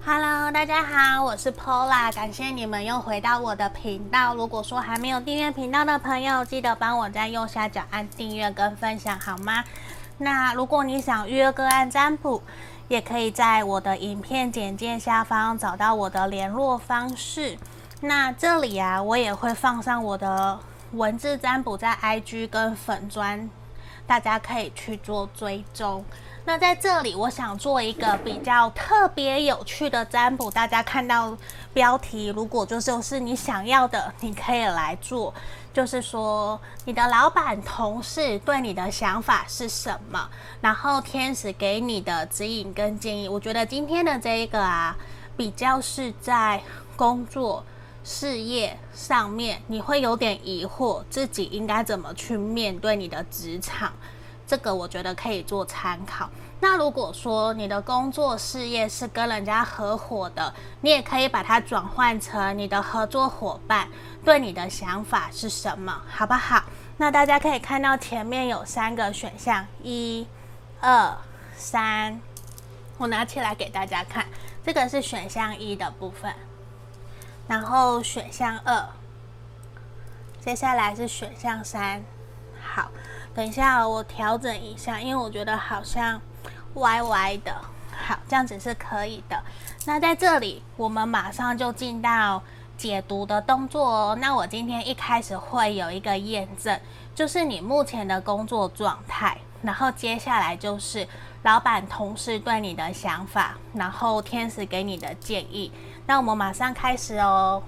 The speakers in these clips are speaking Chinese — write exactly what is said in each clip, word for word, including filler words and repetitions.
Hello， 大家好，我是 Paula， 感谢你们又回到我的频道。如果说还没有订阅频道的朋友，记得帮我在右下角按订阅跟分享好吗？那如果你想预约个案占卜，也可以在我的影片简介下方找到我的联络方式。那这里啊，我也会放上我的文字占卜在 I G 跟粉专，大家可以去做追踪。那在这里我想做一个比较特别有趣的占卜，大家看到标题，如果就是你想要的，你可以来做。就是说你的老板同事对你的想法是什么，然后天使给你的指引跟建议。我觉得今天的这一个啊，比较是在工作事业上面，你会有点疑惑自己应该怎么去面对你的职场，这个我觉得可以做参考。那如果说你的工作事业是跟人家合伙的，你也可以把它转换成你的合作伙伴对你的想法是什么，好不好？那大家可以看到前面有三个选项，一、二、三，我拿起来给大家看，这个是选项一的部分，然后选项二，接下来是选项三。好，等一下我调整一下，因为我觉得好像歪歪的。好，这样子是可以的。那在这里我们马上就进到解读的动作哦。那我今天一开始会有一个验证，就是你目前的工作状态，然后接下来就是老板同事对你的想法，然后天使给你的建议。那我们马上开始哦。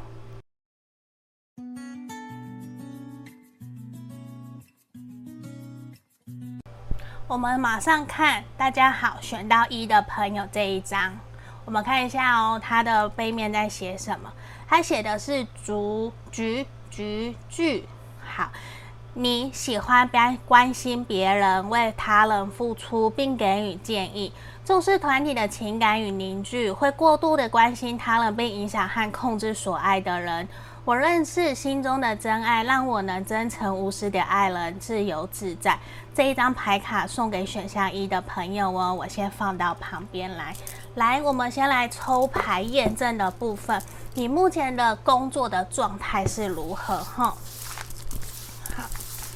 我们马上看，大家好，选到一的朋友这一张，我们看一下哦，它的背面在写什么？它写的是竹菊菊句。好，你喜欢关心别人，为他人付出，并给予建议，重视团体的情感与凝聚，会过度的关心他人，并影响和控制所爱的人。我认识心中的真爱，让我能真诚无私的爱人，自由自在。这一张牌卡送给选项一的朋友哦，我先放到旁边来。来，我们先来抽牌验证的部分，你目前的工作的状态是如何？哈，好。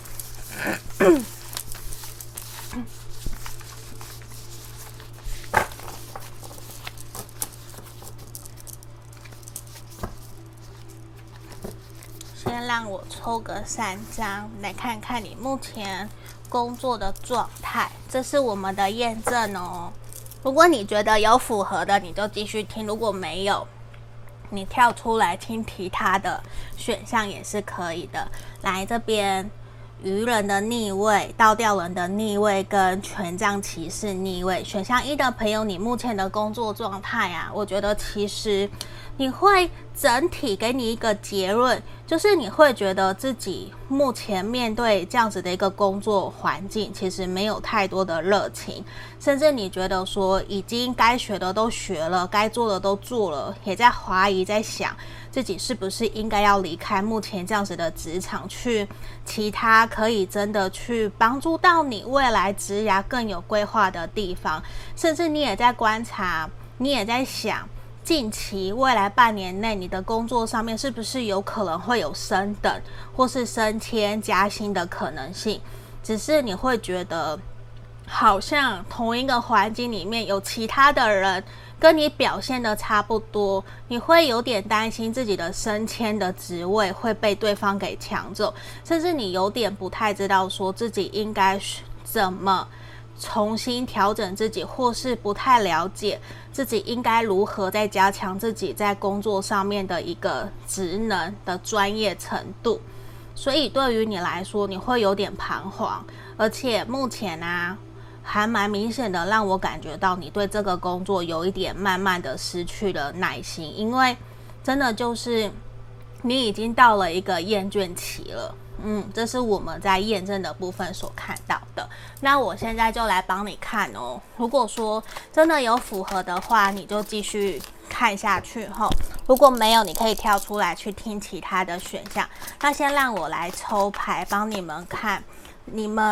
先让我抽个三张，来看看你目前工作的状态，这是我们的验证哦。如果你觉得有符合的，你就继续听；如果没有，你跳出来听其他的选项也是可以的。来这边，愚人的逆位、倒吊人的逆位跟权杖骑士逆位。选项一的朋友，你目前的工作状态啊，我觉得其实你会整体给你一个结论，就是你会觉得自己目前面对这样子的一个工作环境，其实没有太多的热情，甚至你觉得说已经该学的都学了，该做的都做了，也在怀疑，在想自己是不是应该要离开目前这样子的职场，去其他可以真的去帮助到你未来职涯更有规划的地方，甚至你也在观察，你也在想近期未来半年内你的工作上面是不是有可能会有升等或是升迁加薪的可能性，只是你会觉得好像同一个环境里面有其他的人跟你表现的差不多，你会有点担心自己的升迁的职位会被对方给抢走，甚至你有点不太知道说自己应该怎么重新调整自己，或是不太了解自己应该如何再加强自己在工作上面的一个职能的专业程度。所以对于你来说，你会有点彷徨，而且目前啊还蛮明显的让我感觉到你对这个工作有一点慢慢的失去了耐心，因为真的就是你已经到了一个厌倦期了。嗯，这是我们在验证的部分所看到的。那我现在就来帮你看哦。如果说真的有符合的话，你就继续看下去吼。如果没有，你可以跳出来去听其他的选项。那先让我来抽牌帮你们看，你们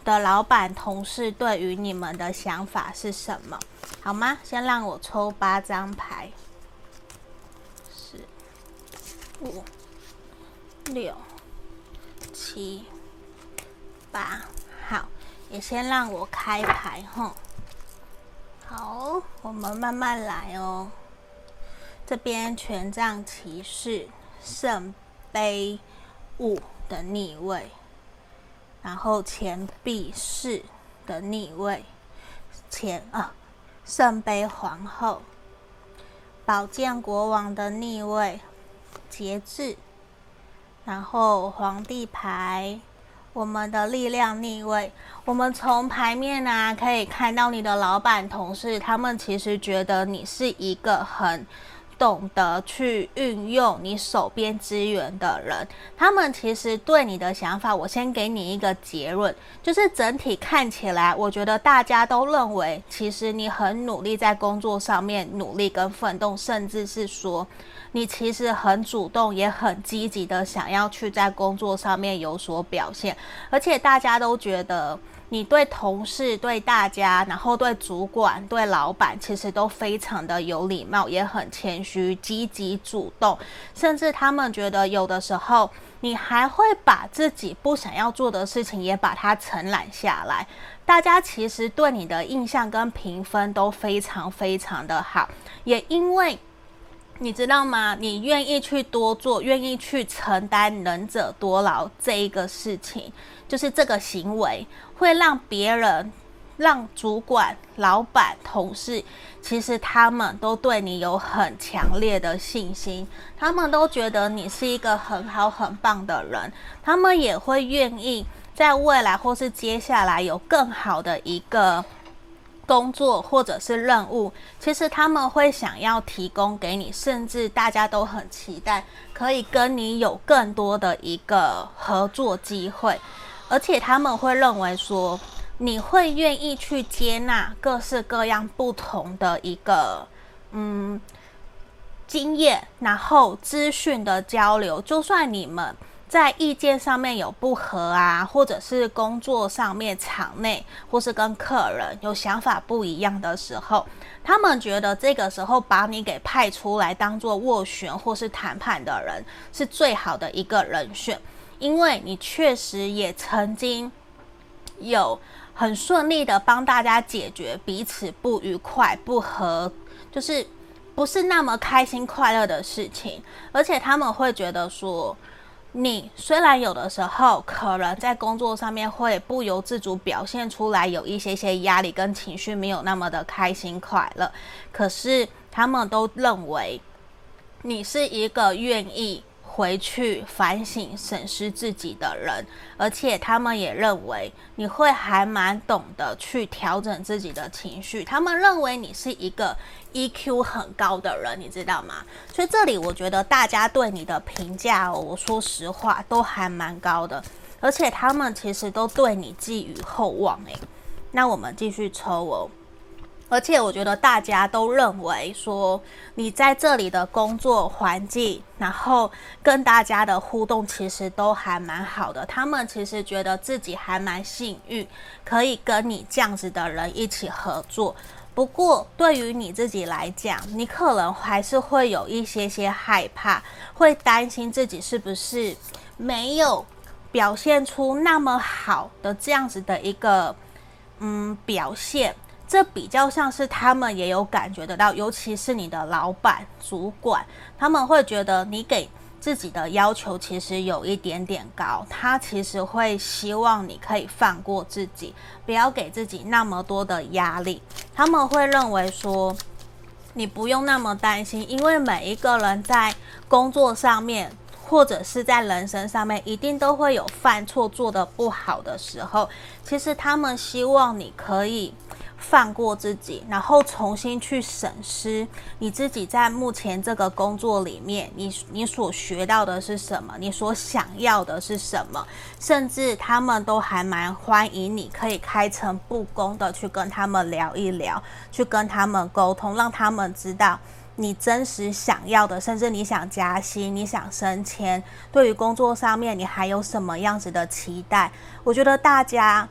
的老板、同事对于你们的想法是什么？好吗？先让我抽八张牌，四、五、六、七、八。好，也先让我开牌吼。好，我们慢慢来哦。这边权杖骑士、圣杯五的逆位，然后钱币四的逆位，钱啊，圣杯皇后，宝剑国王的逆位，节制，然后皇帝牌，我们的力量逆位。我们从牌面啊可以看到你的老板同事，他们其实觉得你是一个很懂得去运用你手边资源的人，他们其实对你的想法，我先给你一个结论，就是整体看起来，我觉得大家都认为，其实你很努力在工作上面努力跟奋斗，甚至是说你其实很主动也很积极的想要去在工作上面有所表现，而且大家都觉得你对同事、对大家，然后对主管、对老板，其实都非常的有礼貌，也很谦虚、积极主动，甚至他们觉得有的时候你还会把自己不想要做的事情也把它承揽下来。大家其实对你的印象跟评分都非常非常的好，也因为你知道吗？你愿意去多做，愿意去承担能者多劳这一个事情，就是这个行为会让别人、让主管、老板、同事，其实他们都对你有很强烈的信心，他们都觉得你是一个很好很棒的人，他们也会愿意在未来或是接下来有更好的一个工作或者是任务，其实他们会想要提供给你，甚至大家都很期待可以跟你有更多的一个合作机会，而且他们会认为说你会愿意去接纳各式各样不同的一个嗯经验，然后资讯的交流，就算你们在意见上面有不合啊，或者是工作上面场内或是跟客人有想法不一样的时候，他们觉得这个时候把你给派出来当做斡旋或是谈判的人是最好的一个人选，因为你确实也曾经有很顺利的帮大家解决彼此不愉快不合，就是不是那么开心快乐的事情，而且他们会觉得说你虽然有的时候可能在工作上面会不由自主表现出来有一些些压力跟情绪，没有那么的开心快乐，可是他们都认为你是一个愿意回去反省审视自己的人，而且他们也认为你会还蛮懂得去调整自己的情绪，他们认为你是一个 E Q 很高的人，你知道吗？所以这里我觉得大家对你的评价哦，我说实话都还蛮高的，而且他们其实都对你寄予厚望诶。那我们继续抽哦。而且我觉得大家都认为说你在这里的工作环境，然后跟大家的互动其实都还蛮好的，他们其实觉得自己还蛮幸运可以跟你这样子的人一起合作。不过对于你自己来讲，你可能还是会有一些些害怕，会担心自己是不是没有表现出那么好的这样子的一个嗯表现，这比较像是他们也有感觉得到，尤其是你的老板、主管，他们会觉得你给自己的要求其实有一点点高，他其实会希望你可以放过自己，不要给自己那么多的压力。他们会认为说你不用那么担心，因为每一个人在工作上面或者是在人生上面一定都会有犯错做得不好的时候，其实他们希望你可以放过自己，然后重新去审视你自己在目前这个工作里面，你你所学到的是什么，你所想要的是什么，甚至他们都还蛮欢迎你可以开诚布公的去跟他们聊一聊，去跟他们沟通，让他们知道你真实想要的，甚至你想加薪，你想升迁，对于工作上面你还有什么样子的期待。我觉得大家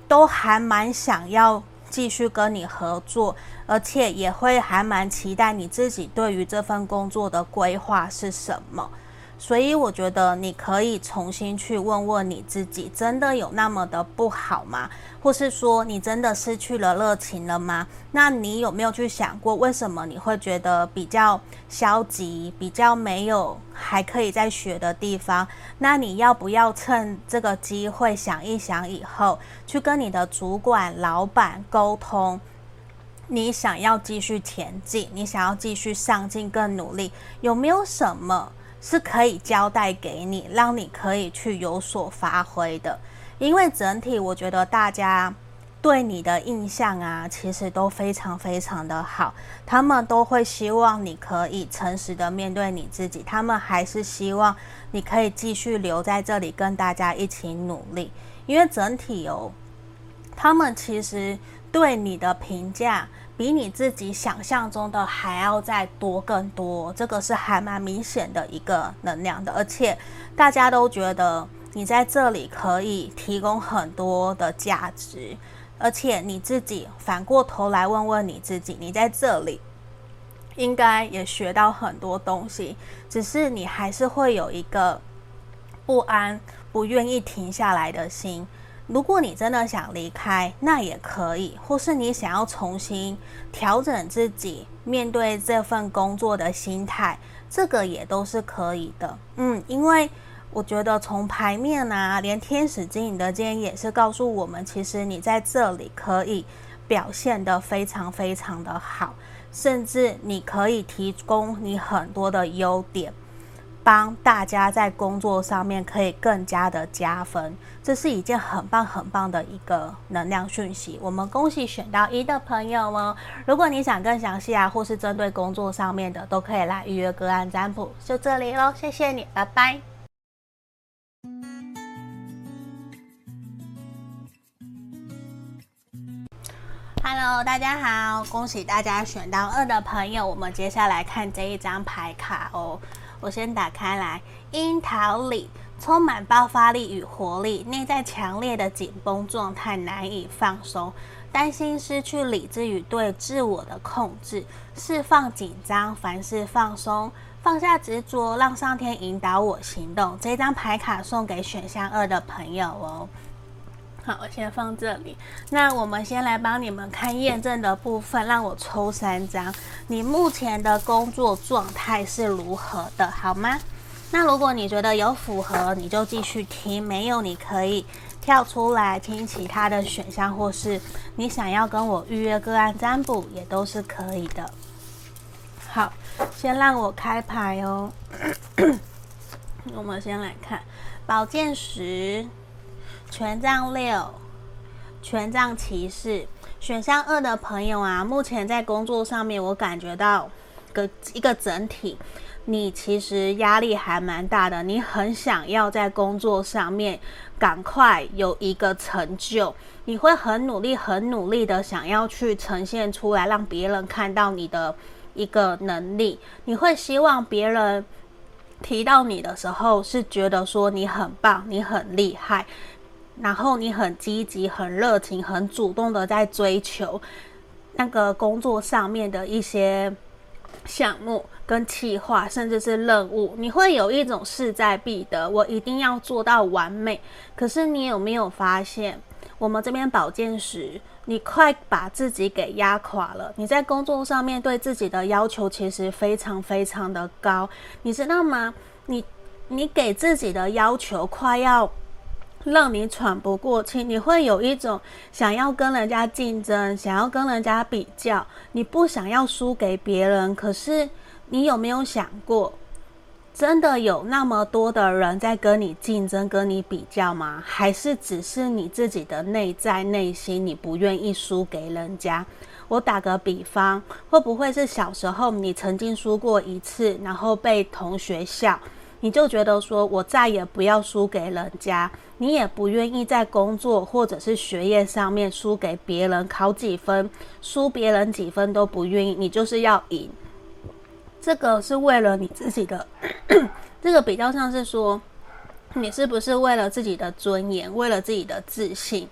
都还蛮想要继续跟你合作，而且也会还蛮期待你自己对于这份工作的规划是什么。所以我觉得你可以重新去问问你自己，真的有那么的不好吗？或是说你真的失去了热情了吗？那你有没有去想过，为什么你会觉得比较消极，比较没有还可以再学的地方？那你要不要趁这个机会想一想，以后去跟你的主管、老板沟通，你想要继续前进，你想要继续上进更努力，有没有什么是可以交代给你，让你可以去有所发挥的？因为整体我觉得大家对你的印象啊，其实都非常非常的好，他们都会希望你可以诚实的面对你自己，他们还是希望你可以继续留在这里跟大家一起努力。因为整体哦，他们其实对你的评价比你自己想象中的还要再多更多，这个是还蛮明显的一个能量的，而且大家都觉得你在这里可以提供很多的价值，而且你自己反过头来问问你自己，你在这里应该也学到很多东西，只是你还是会有一个不安、不愿意停下来的心。如果你真的想离开，那也可以，或是你想要重新调整自己面对这份工作的心态，这个也都是可以的。嗯，因为我觉得从牌面啊，连天使经营的今天也是告诉我们，其实你在这里可以表现得非常非常的好，甚至你可以提供你很多的优点，帮大家在工作上面可以更加的加分，这是一件很棒很棒的一个能量讯息。我们恭喜选到一的朋友哦！如果你想更详细啊，或是针对工作上面的，都可以来预约个案占卜。就这里咯，谢谢你，拜拜。Hello， 大家好，恭喜大家选到二的朋友，我们接下来看这一张牌卡哦。我先打开来，樱桃李，充满爆发力与活力，内在强烈的紧绷状态难以放松，担心失去理智与对自我的控制，释放紧张，凡事放松，放下执着，让上天引导我行动。这张牌卡送给选项二的朋友哦。好，我先放这里。那我们先来帮你们看验证的部分，让我抽三张。你目前的工作状态是如何的，好吗？那如果你觉得有符合，你就继续听；没有，你可以跳出来听其他的选项，或是你想要跟我预约个案占卜，也都是可以的。好，先让我开牌哦。我们先来看宝剑十。权杖六，权杖骑士，选项二的朋友啊，目前在工作上面，我感觉到个一个整体，你其实压力还蛮大的，你很想要在工作上面赶快有一个成就，你会很努力、很努力的想要去呈现出来，让别人看到你的一个能力，你会希望别人提到你的时候是觉得说你很棒，你很厉害。然后你很积极、很热情、很主动的在追求那个工作上面的一些项目跟企划，甚至是任务，你会有一种势在必得，我一定要做到完美。可是你有没有发现，我们这边宝剑十，你快把自己给压垮了。你在工作上面对自己的要求其实非常非常的高，你知道吗？你你给自己的要求快要让你喘不过气，你会有一种想要跟人家竞争，想要跟人家比较，你不想要输给别人。可是你有没有想过，真的有那么多的人在跟你竞争、跟你比较吗？还是只是你自己的内在内心，你不愿意输给人家？我打个比方，会不会是小时候你曾经输过一次，然后被同学笑，你就觉得说我再也不要输给人家，你也不愿意在工作或者是学业上面输给别人，考几分输别人几分都不愿意，你就是要赢。这个是为了你自己的这个比较像是说，你是不是为了自己的尊严，为了自己的自信，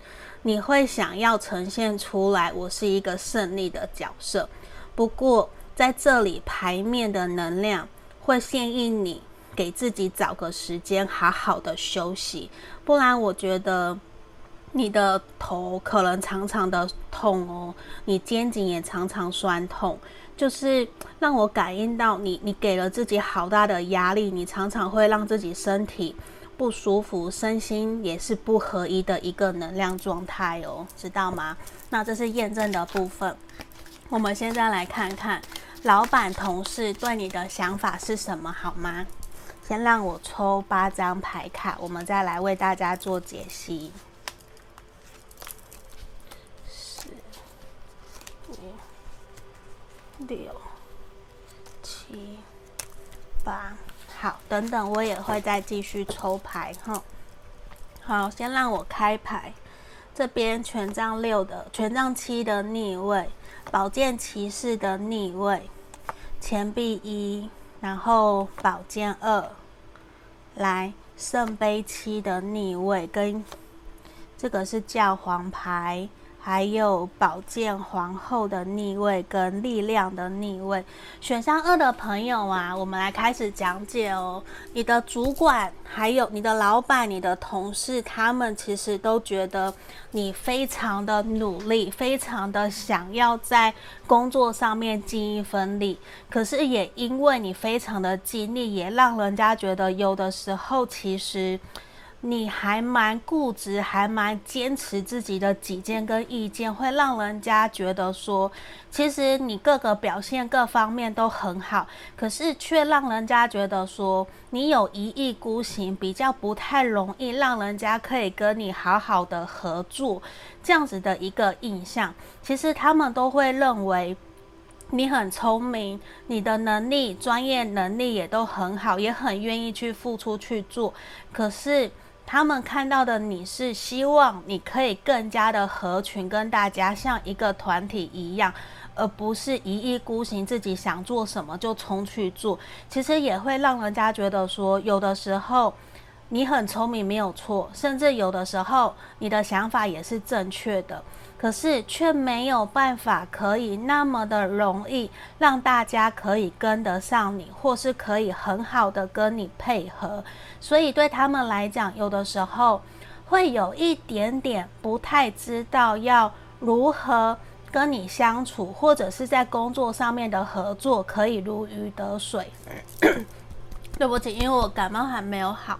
你会想要呈现出来我是一个胜利的角色。不过在这里牌面的能量会建议你给自己找个时间好好的休息，不然我觉得你的头可能常常的痛哦，你肩颈也常常酸痛，就是让我感应到你你给了自己好大的压力，你常常会让自己身体不舒服，身心也是不合一的一个能量状态哦，知道吗？那这是验证的部分。我们现在来看看老板同事对你的想法是什么好吗？先让我抽八张牌卡，我们再来为大家做解析。四、五、六、七、八，好，等等我也会再继续抽牌哈。好，先让我开牌。这边权杖六的、权杖七的逆位，宝剑骑士的逆位，钱币一，然后宝剑二，来圣杯七的逆位，跟这个是教皇牌，还有宝剑皇后的逆位跟力量的逆位。选项二的朋友啊，我们来开始讲解哦。你的主管还有你的老板、你的同事，他们其实都觉得你非常的努力，非常的想要在工作上面尽一份力，可是也因为你非常的尽力，也让人家觉得有的时候其实你还蛮固执，还蛮坚持自己的己见跟意见，会让人家觉得说其实你各个表现各方面都很好，可是却让人家觉得说你有一意孤行，比较不太容易让人家可以跟你好好的合作，这样子的一个印象。其实他们都会认为你很聪明，你的能力、专业能力也都很好，也很愿意去付出去做，可是他们看到的你是希望你可以更加的合群，跟大家像一个团体一样，而不是一意孤行，自己想做什么就冲去做。其实也会让人家觉得说，有的时候你很聪明没有错，甚至有的时候你的想法也是正确的，可是却没有办法可以那么的容易让大家可以跟得上你，或是可以很好的跟你配合。所以对他们来讲，有的时候会有一点点不太知道要如何跟你相处，或者是在工作上面的合作可以如鱼得水。对不起，因为我感冒还没有好，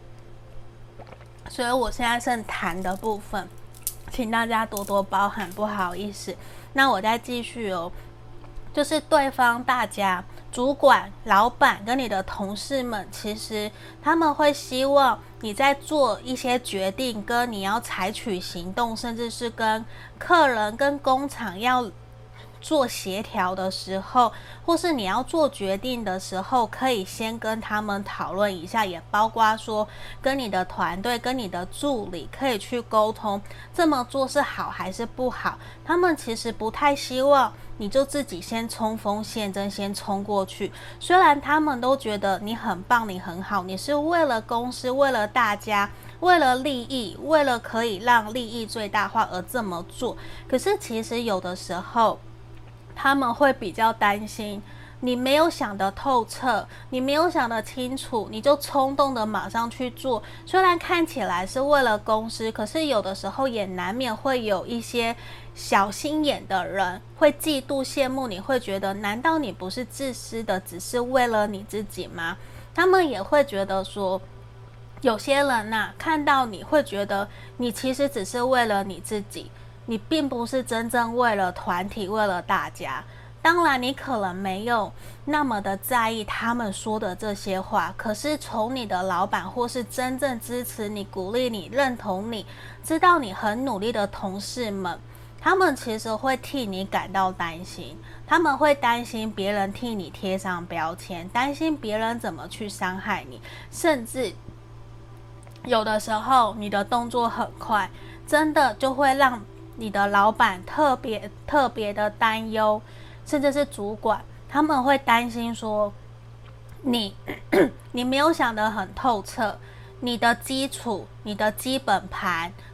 所以我现在剩痰的部分，请大家多多包涵，不好意思。那我再继续哦，就是对方大家主管、老板跟你的同事们，其实他们会希望你在做一些决定，跟你要采取行动，甚至是跟客人、跟工厂要做协调的时候，或是你要做决定的时候，可以先跟他们讨论一下，也包括说跟你的团队、跟你的助理可以去沟通，这么做是好还是不好。他们其实不太希望你就自己先冲锋陷阵，先冲过去。虽然他们都觉得你很棒，你很好，你是为了公司、为了大家、为了利益、为了可以让利益最大化而这么做，可是其实有的时候他们会比较担心你没有想得透彻，你没有想得清楚，你就冲动的马上去做。虽然看起来是为了公司，可是有的时候也难免会有一些小心眼的人会嫉妒羡慕你，会觉得难道你不是自私的，只是为了你自己吗？他们也会觉得说，有些人啊，看到你会觉得你其实只是为了你自己，你并不是真正为了团体，为了大家。当然你可能没有那么的在意他们说的这些话，可是从你的老板或是真正支持你、鼓励你、认同你、知道你很努力的同事们，他们其实会替你感到担心，他们会担心别人替你贴上标签，担心别人怎么去伤害你，甚至有的时候你的动作很快，真的就会让你的老板特别特别的担忧，甚至是主管，他们会担心说你你没有想得很透彻，你的基础、你的基本盘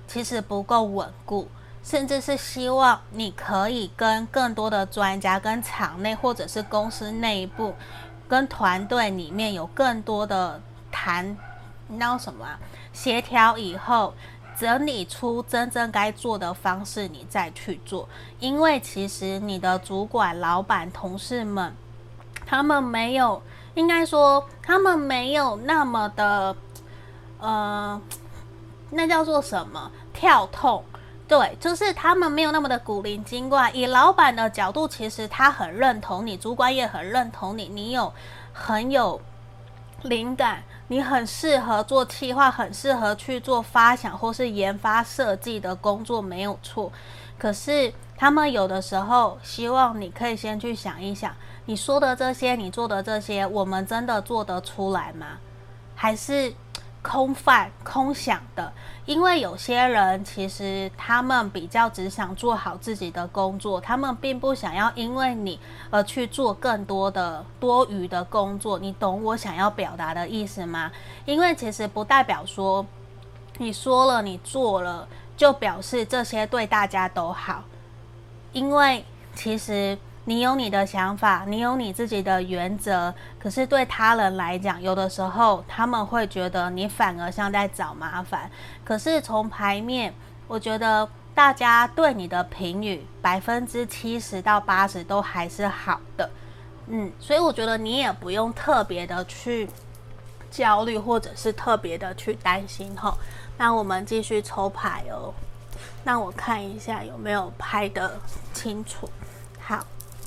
其实不够稳固，甚至是希望你可以跟更多的专家、跟场内或者是公司内部、跟团队里面有更多的谈，你知道什么啊？协调以后，整理出真正该做的方式，你再去做。因为其实你的主管、老板、同事们，他们没有，应该说他们没有那么的，呃，那叫做什么？跳痛。对，就是他们没有那么的古灵精怪。以老板的角度，其实他很认同你，主管也很认同你，你有很有灵感，你很适合做企划，很适合去做发想或是研发设计的工作，没有错。可是他们有的时候希望你可以先去想一想，你说的这些，你做的这些，我们真的做得出来吗？还是空泛空想的？因为有些人其实他们比较只想做好自己的工作，他们并不想要因为你而去做更多的多余的工作。你懂我想要表达的意思吗？因为其实不代表说你说了你做了就表示这些对大家都好，因为其实你有你的想法，你有你自己的原则，可是对他人来讲，有的时候他们会觉得你反而像在找麻烦。可是从牌面，我觉得大家对你的评语百分之七十到八十都还是好的，嗯，所以我觉得你也不用特别的去焦虑，或者是特别的去担心吼。那我们继续抽牌哦，让我看一下有没有拍得清楚。好。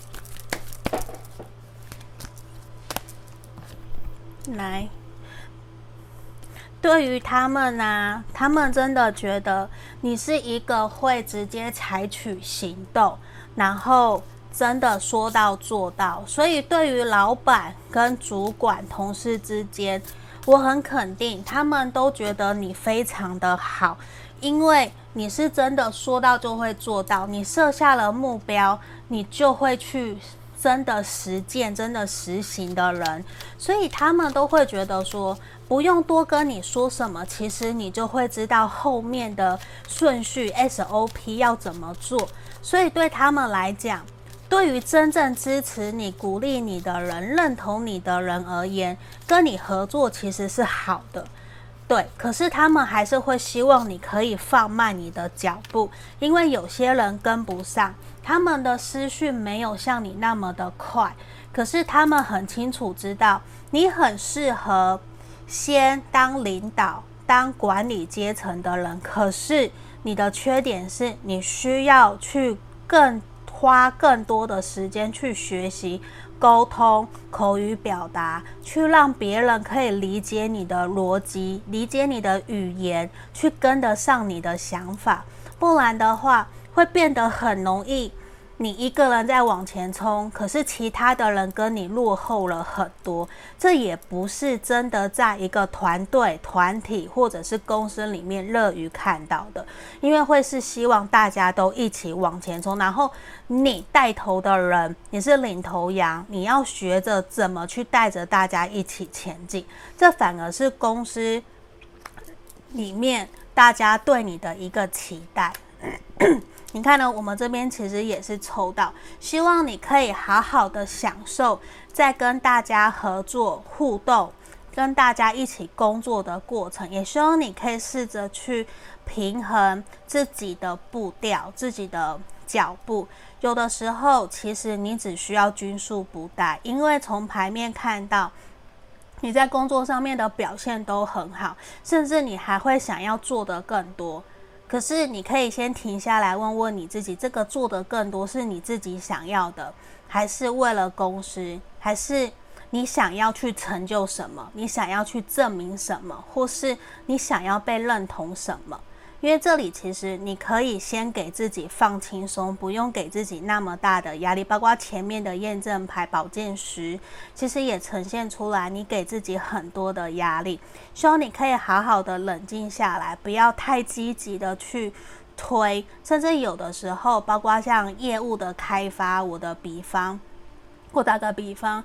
来，对于他们啊，他们真的觉得你是一个会直接采取行动，然后真的说到做到。所以对于老板跟主管、同事之间，我很肯定，他们都觉得你非常的好，因为你是真的说到就会做到，你设下了目标，你就会去真的实践、真的实行的人，所以他们都会觉得说，不用多跟你说什么，其实你就会知道后面的顺序 S O P 要怎么做。所以对他们来讲，对于真正支持你、鼓励你的人、认同你的人而言，跟你合作其实是好的。对，可是他们还是会希望你可以放慢你的脚步，因为有些人跟不上，他们的思绪没有像你那么的快，可是他们很清楚知道你很适合先当领导、当管理阶层的人，可是你的缺点是你需要去更花更多的时间去学习沟通、口语表达，去让别人可以理解你的逻辑，理解你的语言，去跟得上你的想法。不然的话，会变得很容易，你一个人在往前冲，可是其他的人跟你落后了很多。这也不是真的在一个团队、团体或者是公司里面乐于看到的，因为会是希望大家都一起往前冲，然后你带头的人，你是领头羊，你要学着怎么去带着大家一起前进，这反而是公司里面大家对你的一个期待。你看呢，我们这边其实也是抽到，希望你可以好好的享受在跟大家合作互动，跟大家一起工作的过程，也希望你可以试着去平衡自己的步调、自己的脚步。有的时候其实你只需要均速不怠，因为从牌面看到你在工作上面的表现都很好，甚至你还会想要做得更多。可是你可以先停下来问问你自己，这个做得更多是你自己想要的，还是为了公司，还是你想要去成就什么，你想要去证明什么，或是你想要被认同什么。因为这里其实你可以先给自己放轻松，不用给自己那么大的压力，包括前面的验证牌宝剑十其实也呈现出来你给自己很多的压力。希望你可以好好的冷静下来，不要太积极的去推，甚至有的时候包括像业务的开发，我的比方我打个比方，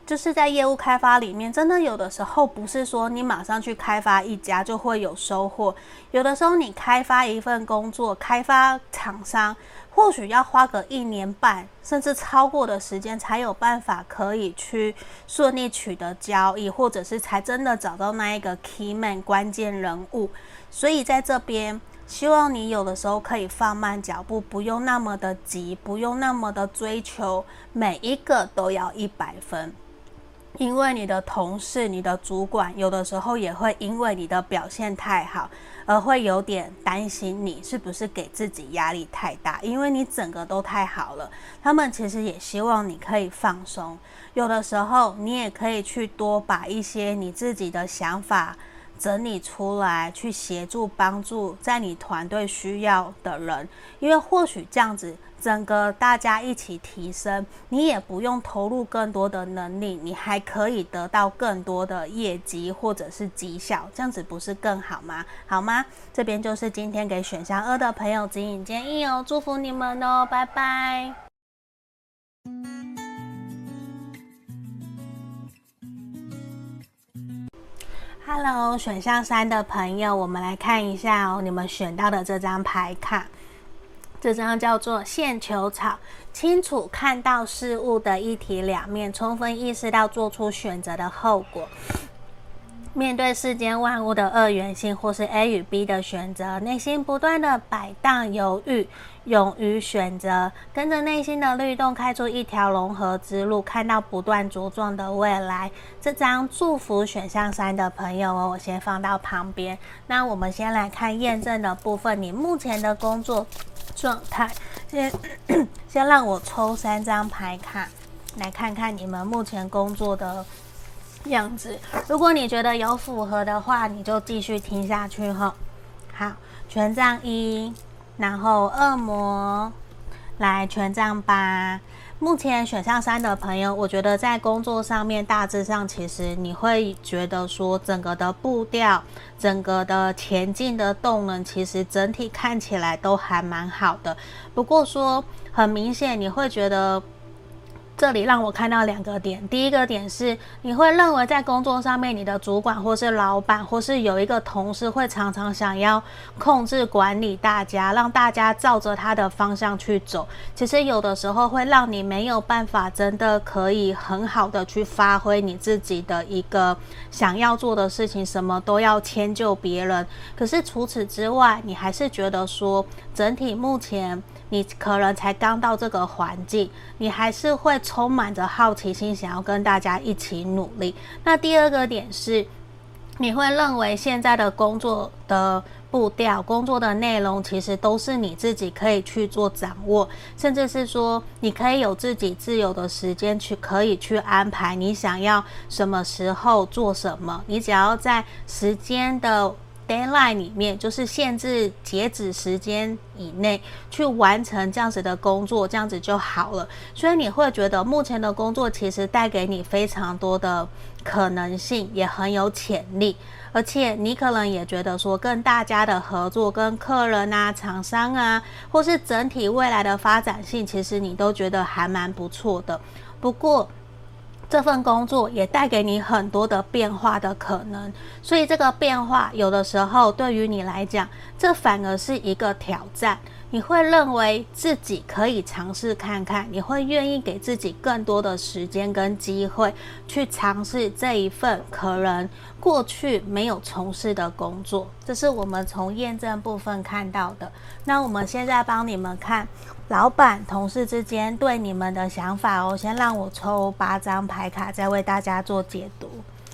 就是在业务开发里面，真的有的时候不是说你马上去开发一家就会有收获，有的时候你开发一份工作，开发厂商，或许要花个一年半甚至超过的时间，才有办法可以去顺利取得交易，或者是才真的找到那一个 key man 关键人物。所以在这边希望你有的时候可以放慢脚步，不用那么的急，不用那么的追求每一个都要一百分。因为你的同事、你的主管有的时候也会因为你的表现太好而会有点担心你是不是给自己压力太大，因为你整个都太好了，他们其实也希望你可以放松。有的时候你也可以去多把一些你自己的想法整理出来，去协助帮助在你团队需要的人，因为或许这样子整个大家一起提升，你也不用投入更多的能力，你还可以得到更多的业绩或者是绩效，这样子不是更好吗？好吗？这边就是今天给选项二的朋友指引建议哦，祝福你们哦，拜拜。Hello， 选项三的朋友，我们来看一下哦，你们选到的这张牌卡，这张叫做线球草，清楚看到事物的一体两面，充分意识到做出选择的后果。面对世间万物的二元性或是 A 与 B 的选择，内心不断的摆荡犹豫，勇于选择，跟着内心的律动开出一条融合之路，看到不断茁壮的未来。这张祝福选项三的朋友哦，我先放到旁边。那我们先来看验证的部分，你目前的工作状态，先先让我抽三张牌卡，来看看你们目前工作的样子。如果你觉得有符合的话，你就继续听下去哈。好，权杖一，然后恶魔，来权杖八。目前选项三的朋友，我觉得在工作上面大致上，其实你会觉得说整个的步调，整个的前进的动能，其实整体看起来都还蛮好的。不过说很明显，你会觉得这里让我看到两个点，第一个点是你会认为在工作上面，你的主管或是老板或是有一个同事会常常想要控制管理大家，让大家照着他的方向去走，其实有的时候会让你没有办法真的可以很好的去发挥你自己的一个想要做的事情，什么都要迁就别人。可是除此之外，你还是觉得说整体目前你可能才刚到这个环境，你还是会充满着好奇心，想要跟大家一起努力。那第二个点是，你会认为现在的工作的步调、工作的内容，其实都是你自己可以去做掌握，甚至是说你可以有自己自由的时间去可以去安排你想要什么时候做什么，你只要在时间的deadline 里面，就是限制截止时间以内去完成这样子的工作，这样子就好了。所以你会觉得目前的工作其实带给你非常多的可能性，也很有潜力，而且你可能也觉得说跟大家的合作，跟客人啊、厂商啊，或是整体未来的发展性，其实你都觉得还蛮不错的。不过这份工作也带给你很多的变化的可能，所以这个变化有的时候对于你来讲，这反而是一个挑战。你会认为自己可以尝试看看，你会愿意给自己更多的时间跟机会去尝试这一份可能过去没有从事的工作。这是我们从验证部分看到的。那我们现在帮你们看老板同事之间对你们的想法哦。先让我抽八张牌卡，再为大家做解读。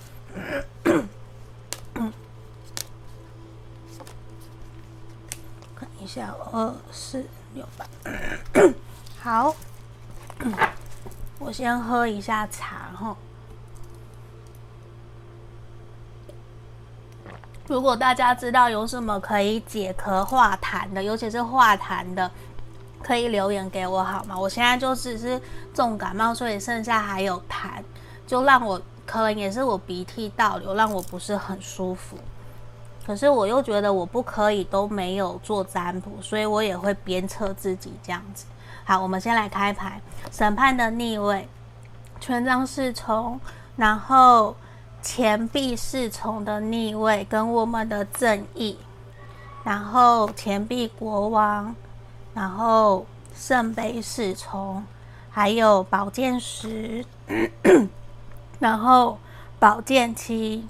看一下，二四六八。好，我先喝一下茶哈。如果大家知道有什么可以解咳化痰的，尤其是化痰的，可以留言给我好吗？我现在就只是重感冒，所以剩下还有痰，就让我可能也是我鼻涕倒流，让我不是很舒服。可是我又觉得我不可以都没有做占卜，所以我也会鞭策自己这样子。好，我们先来开牌，审判的逆位。 权杖侍从，然后钱币侍从的逆位跟我们的正义，然后钱币国王，然后圣杯侍从，还有宝剑十，然后宝剑七。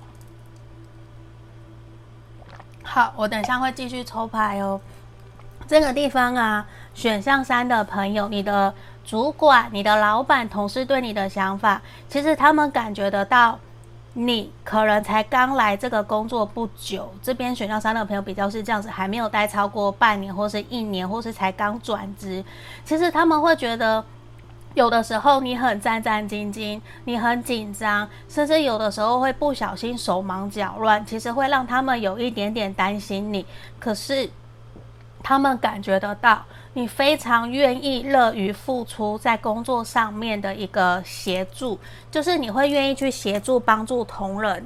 好，我等一下会继续抽牌哦。这个地方啊，选项三的朋友，你的主管、你的老板、同事对你的想法，其实他们感觉得到你可能才刚来这个工作不久。这边选项三的朋友比较是这样子，还没有待超过半年或是一年，或是才刚转职，其实他们会觉得有的时候你很战战兢兢，你很紧张，甚至有的时候会不小心手忙脚乱，其实会让他们有一点点担心你。可是他们感觉得到你非常愿意乐于付出在工作上面的一个协助，就是你会愿意去协助帮助同仁，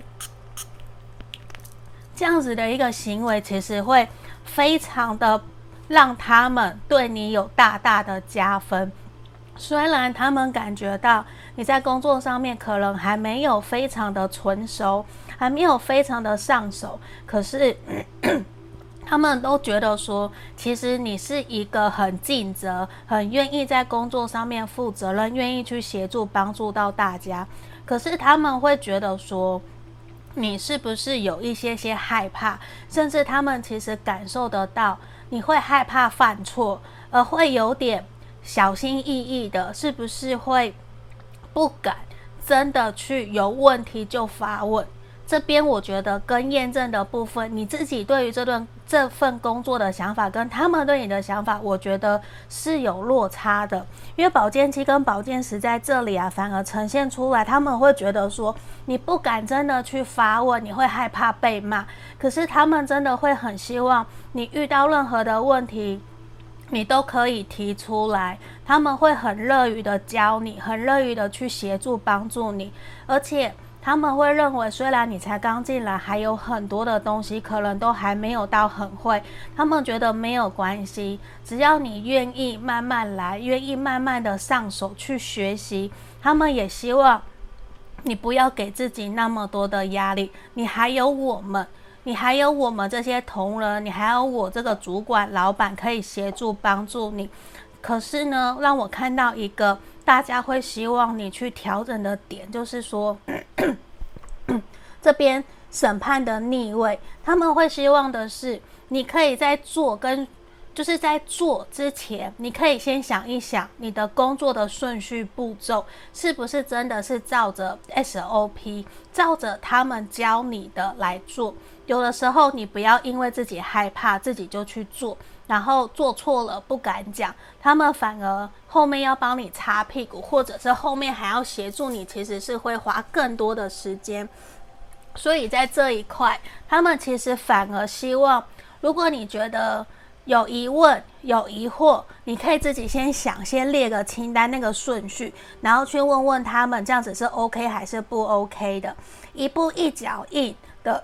这样子的一个行为其实会非常的让他们对你有大大的加分。虽然他们感觉到你在工作上面可能还没有非常的纯熟，还没有非常的上手，可是他们都觉得说，其实你是一个很尽责、很愿意在工作上面负责任、愿意去协助帮助到大家。可是他们会觉得说，你是不是有一些些害怕，甚至他们其实感受得到你会害怕犯错，而会有点小心翼翼的，是不是会不敢真的去有问题就发问。这边我觉得跟验证的部分，你自己对于这段这份工作的想法跟他们对你的想法，我觉得是有落差的。因为宝剑七跟宝剑十在这里啊，反而呈现出来，他们会觉得说你不敢真的去发问，你会害怕被骂。可是他们真的会很希望你遇到任何的问题，你都可以提出来，他们会很乐于的教你，很乐于的去协助帮助你，而且他们会认为，虽然你才刚进来，还有很多的东西可能都还没有到很会，他们觉得没有关系，只要你愿意慢慢来，愿意慢慢的上手去学习，他们也希望你不要给自己那么多的压力，你还有我们，你还有我们这些同仁，你还有我这个主管、老板可以协助帮助你。可是呢，让我看到一个大家会希望你去调整的点，就是说这边审判的逆位，他们会希望的是你可以在做跟就是在做之前，你可以先想一想你的工作的顺序步骤是不是真的是照着 S O P， 照着他们教你的来做。有的时候你不要因为自己害怕自己就去做，然后做错了不敢讲，他们反而后面要帮你擦屁股，或者是后面还要协助你，其实是会花更多的时间。所以在这一块，他们其实反而希望，如果你觉得有疑问、有疑惑，你可以自己先想，先列个清单，那个顺序，然后去问问他们，这样子是 OK 还是不 OK 的，一步一脚印的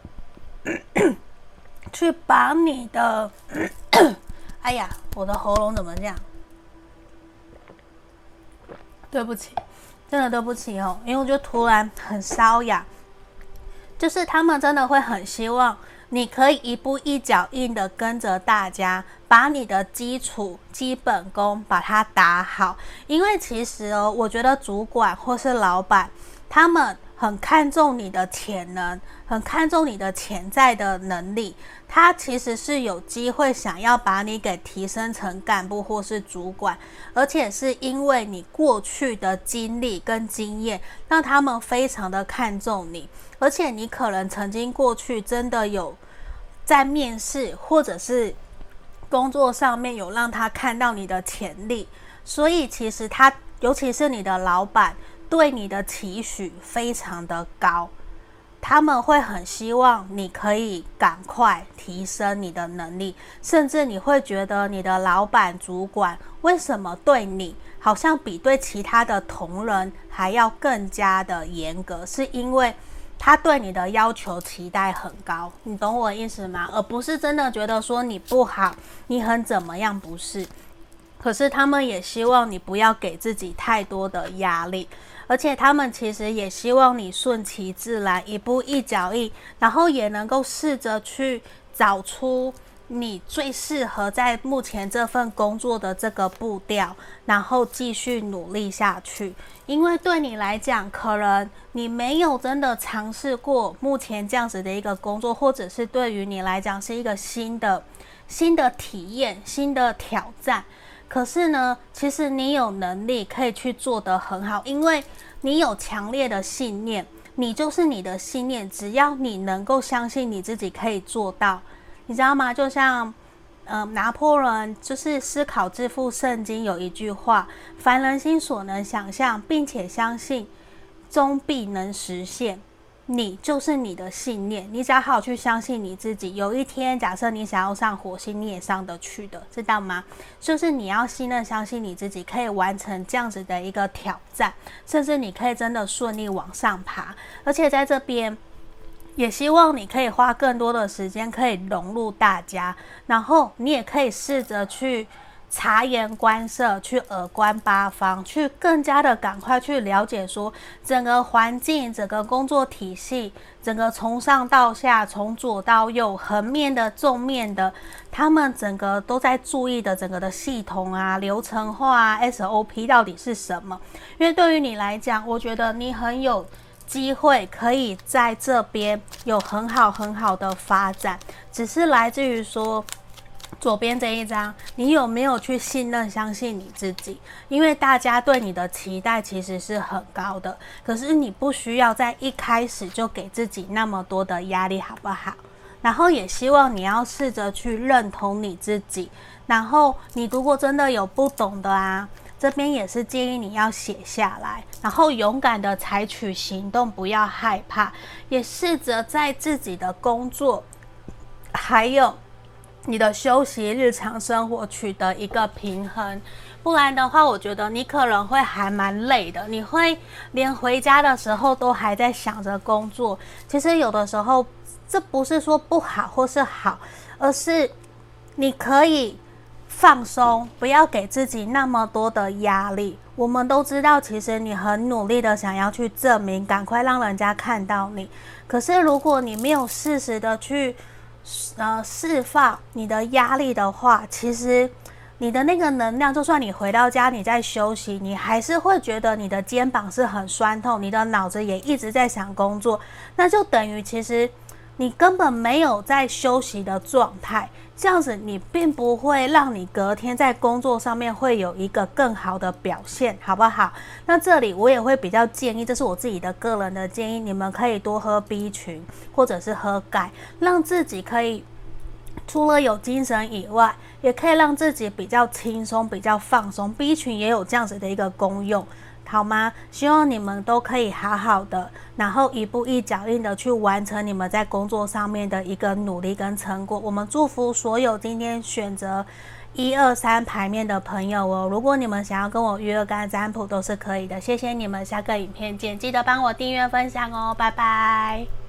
去把你的哎呀，我的喉咙怎么这样？对不起，真的对不起哦，因为我就突然很瘙痒。就是他们真的会很希望你可以一步一脚印的跟着大家，把你的基础基本功把它打好。因为其实哦，我觉得主管或是老板，他们很看重你的潜能，很看重你的潜在的能力，他其实是有机会想要把你给提升成干部或是主管，而且是因为你过去的经历跟经验，让他们非常的看重你，而且你可能曾经过去真的有在面试或者是工作上面有让他看到你的潜力，所以其实他，尤其是你的老板，对你的期许非常的高，他们会很希望你可以赶快提升你的能力，甚至你会觉得你的老板主管为什么对你好像比对其他的同仁还要更加的严格，是因为他对你的要求期待很高，你懂我的意思吗？而不是真的觉得说你不好，你很怎么样，不是。可是他们也希望你不要给自己太多的压力， 而且他们其实也希望你顺其自然，一步一脚印，然后也能够试着去找出你最适合在目前这份工作的这个步调，然后继续努力下去。因为对你来讲，可能你没有真的尝试过目前这样子的一个工作，或者是对于你来讲是一个新的新的体验、新的挑战。可是呢，其实你有能力可以去做得很好，因为你有强烈的信念，你就是你的信念，只要你能够相信你自己可以做到，你知道吗？就像呃，拿破仑就是《思考致富圣经》有一句话：凡人心所能想象，并且相信，终必能实现。你就是你的信念，你只要好好去相信你自己，有一天假设你想要上火星，你也上得去的，知道吗？就是你要信任相信你自己可以完成这样子的一个挑战，甚至你可以真的顺利往上爬。而且在这边也希望你可以花更多的时间可以融入大家，然后你也可以试着去察言观色，去耳观八方，去更加的赶快去了解说整个环境、整个工作体系，整个从上到下，从左到右，横面的、纵面的，他们整个都在注意的整个的系统啊、流程化啊、S O P 到底是什么。因为对于你来讲，我觉得你很有机会可以在这边有很好很好的发展，只是来自于说左边这一张，你有没有去信任相信你自己？因为大家对你的期待其实是很高的，可是你不需要在一开始就给自己那么多的压力，好不好？然后也希望你要试着去认同你自己，然后你如果真的有不懂的啊，这边也是建议你要写下来，然后勇敢的采取行动，不要害怕，也试着在自己的工作还有你的休息日常生活取得一个平衡，不然的话我觉得你可能会还蛮累的，你会连回家的时候都还在想着工作。其实有的时候这不是说不好或是好，而是你可以放松，不要给自己那么多的压力。我们都知道其实你很努力的想要去证明，赶快让人家看到你，可是如果你没有适时的去呃释放你的压力的话，其实你的那个能量，就算你回到家你在休息，你还是会觉得你的肩膀是很酸痛，你的脑子也一直在想工作，那就等于其实你根本没有在休息的状态，这样子你并不会让你隔天在工作上面会有一个更好的表现，好不好？那这里我也会比较建议，这是我自己的个人的建议，你们可以多喝 B 群或者是喝钙，让自己可以除了有精神以外，也可以让自己比较轻松比较放松， B 群也有这样子的一个功用，好吗？希望你们都可以好好的，然后一步一脚印的去完成你们在工作上面的一个努力跟成果。我们祝福所有今天选择一二三牌面的朋友哦，如果你们想要跟我约干占卜都是可以的。谢谢你们，下个影片见，记得帮我订阅分享哦，拜拜。